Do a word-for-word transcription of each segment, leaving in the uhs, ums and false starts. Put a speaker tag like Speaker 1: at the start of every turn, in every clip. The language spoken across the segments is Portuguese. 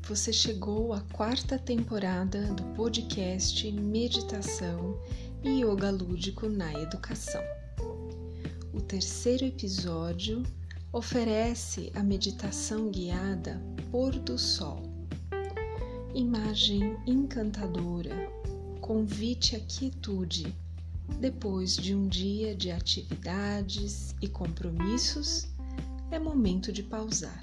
Speaker 1: você chegou à quarta temporada do podcast Meditação e Yoga Lúdico na Educação. O terceiro episódio oferece a meditação guiada Pôr do Sol. Imagem encantadora, convite à quietude depois de um dia de atividades e compromissos. É momento de pausar.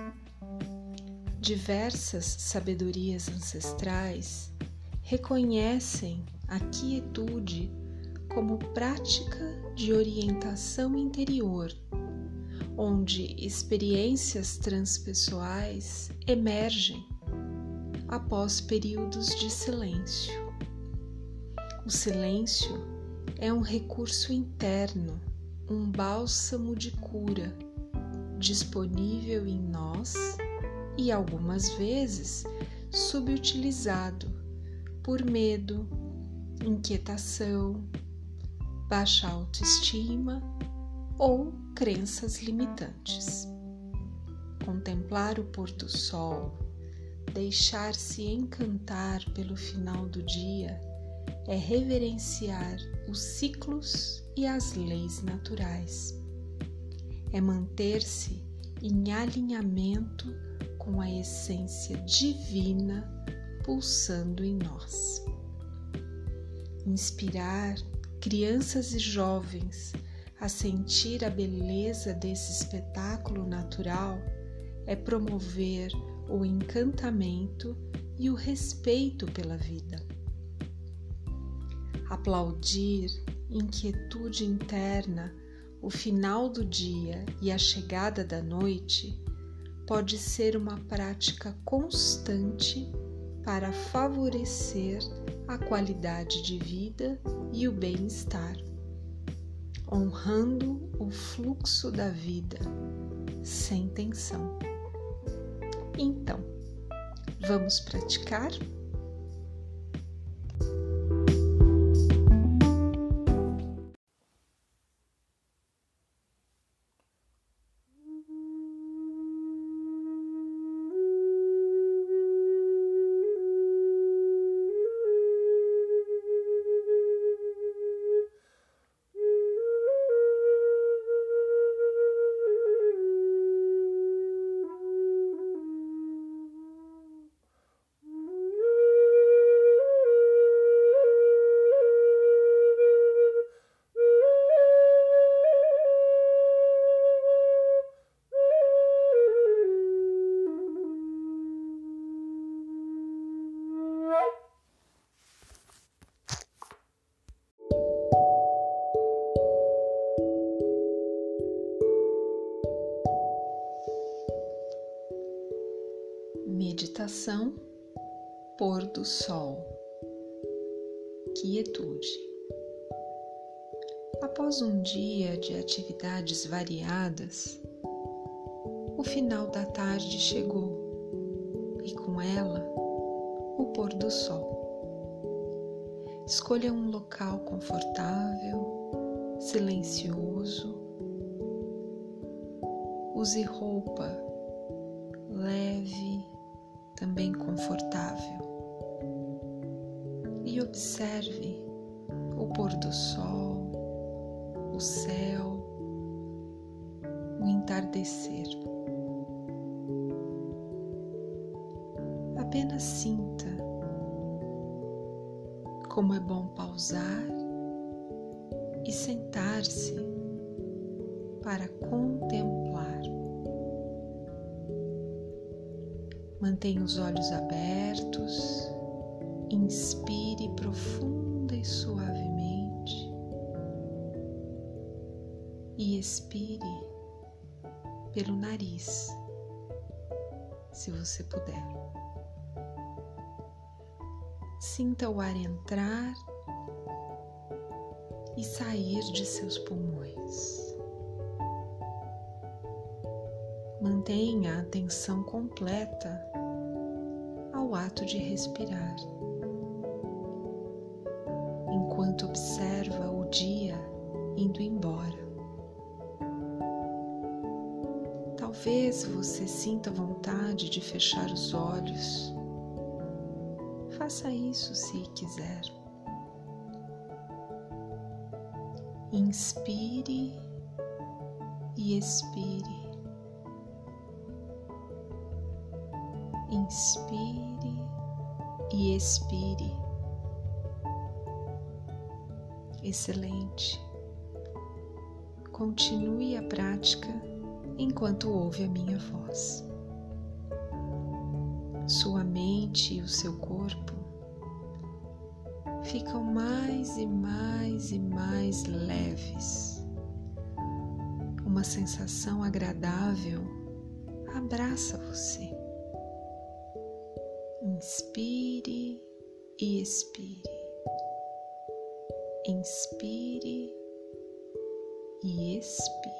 Speaker 1: Diversas sabedorias ancestrais reconhecem a quietude como prática de orientação interior, onde experiências transpessoais emergem após períodos de silêncio. O silêncio é um recurso interno, um bálsamo de cura, disponível em nós e algumas vezes subutilizado por medo, inquietação, baixa autoestima ou crenças limitantes. Contemplar o pôr do sol, deixar-se encantar pelo final do dia é reverenciar os ciclos e as leis naturais. É manter-se em alinhamento com a essência divina pulsando em nós. Inspirar crianças e jovens a sentir a beleza desse espetáculo natural é promover o encantamento e o respeito pela vida. Aplaudir inquietude interna, o final do dia e a chegada da noite pode ser uma prática constante para favorecer a qualidade de vida e o bem-estar, honrando o fluxo da vida sem tensão. Então, vamos praticar? Meditação, pôr do sol, quietude. Após um dia de atividades variadas, o final da tarde chegou e com ela o pôr do sol. Escolha um local confortável, silencioso. Use roupa leve, também confortável, e observe o pôr do sol, o céu, o entardecer. Apenas sinta como é bom pausar e sentar-se para contemplar. Mantenha os olhos abertos, inspire profunda e suavemente e expire pelo nariz, se você puder. Sinta o ar entrar e sair de seus pulmões. Mantenha a atenção completa ao ato de respirar, enquanto observa o dia indo embora. Talvez você sinta vontade de fechar os olhos. Faça isso se quiser. Inspire e expire. Inspire e expire. Excelente. Continue a prática enquanto ouve a minha voz. Sua mente e o seu corpo ficam mais e mais e mais leves. Uma sensação agradável abraça você. Inspire e expire. Inspire e expire.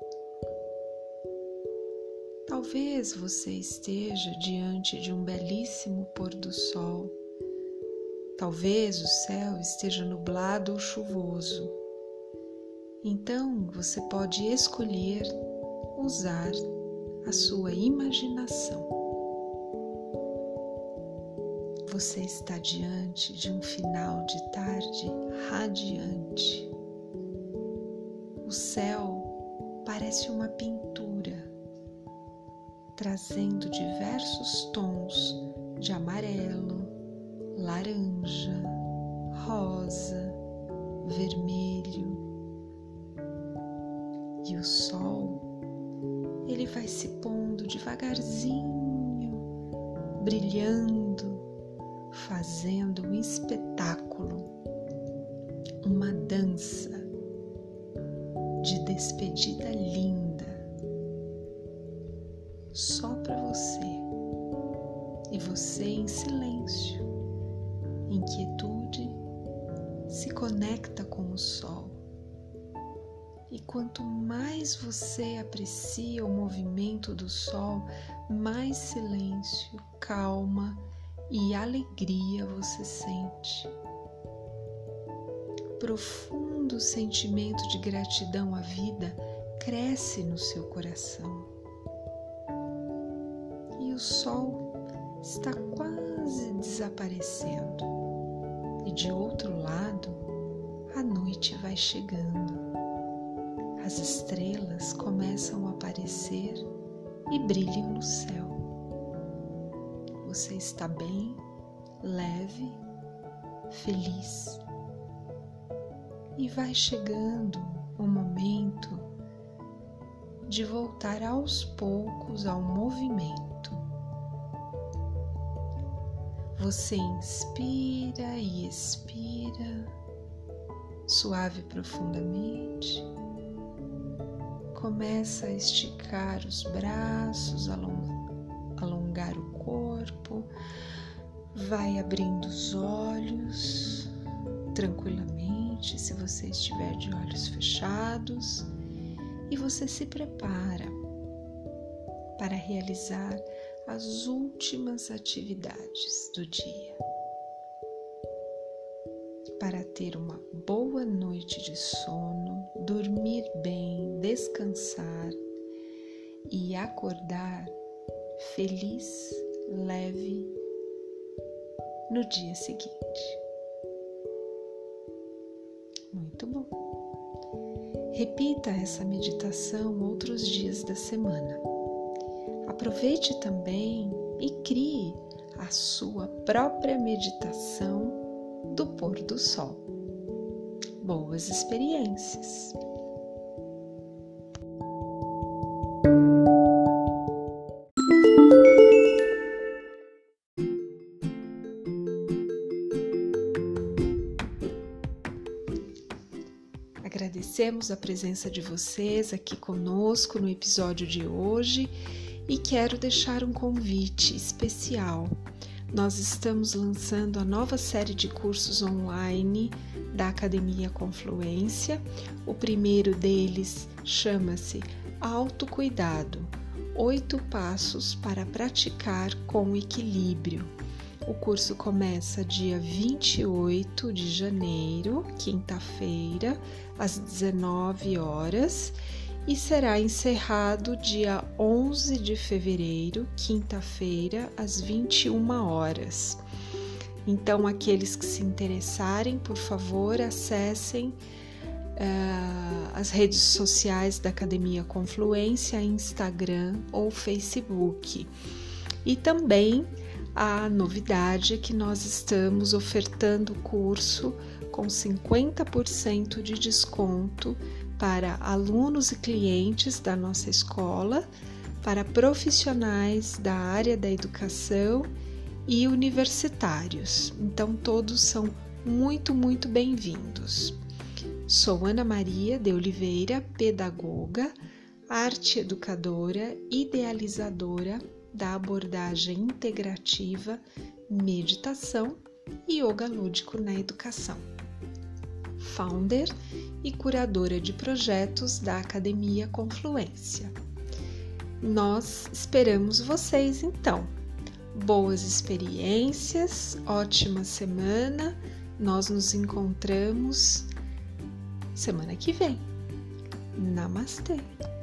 Speaker 1: Talvez você esteja diante de um belíssimo pôr do sol. Talvez o céu esteja nublado ou chuvoso. Então você pode escolher usar a sua imaginação. Você está diante de um final de tarde radiante. O céu parece uma pintura, trazendo diversos tons de amarelo, laranja, rosa, vermelho. E o sol, ele vai se pondo devagarzinho, brilhando, fazendo um espetáculo, uma dança de despedida linda, só para você, e você em silêncio, em quietude, se conecta com o sol. E quanto mais você aprecia o movimento do sol, mais silêncio, calma e alegria você sente. Profundo sentimento de gratidão à vida cresce no seu coração. E o sol está quase desaparecendo. E de outro lado, a noite vai chegando. As estrelas começam a aparecer e brilham no céu. Você está bem, leve, feliz. E vai chegando o momento de voltar aos poucos ao movimento. Você inspira e expira, suave e profundamente. Começa a esticar os braços, alongar o corpo, vai abrindo os olhos tranquilamente, se você estiver de olhos fechados, e você se prepara para realizar as últimas atividades do dia. Para ter uma boa noite de sono, dormir bem, descansar e acordar feliz, leve no dia seguinte. Muito bom. Repita essa meditação outros dias da semana. Aproveite também e crie a sua própria meditação do pôr do sol. Boas experiências! Agradecemos a presença de vocês aqui conosco no episódio de hoje e quero deixar um convite especial. Nós estamos lançando a nova série de cursos online da Academia Confluência. O primeiro deles chama-se Autocuidado, oito passos para praticar com equilíbrio. O curso começa dia vinte e oito de janeiro, quinta-feira, às dezenove horas, e será encerrado dia onze de fevereiro, quinta-feira, às vinte e uma horas. Então, aqueles que se interessarem, por favor, acessem uh, as redes sociais da Academia Confluência, Instagram ou Facebook. E também a novidade é que nós estamos ofertando o curso com cinquenta por cento de desconto para alunos e clientes da nossa escola, para profissionais da área da educação e universitários. Então, todos são muito, muito bem-vindos. Sou Ana Maria de Oliveira, pedagoga, arte educadora, idealizadora da abordagem integrativa, meditação e yoga lúdico na educação. Founder e curadora de projetos da Academia Confluência. Nós esperamos vocês então. Boas experiências, ótima semana. Nós nos encontramos semana que vem. Namastê!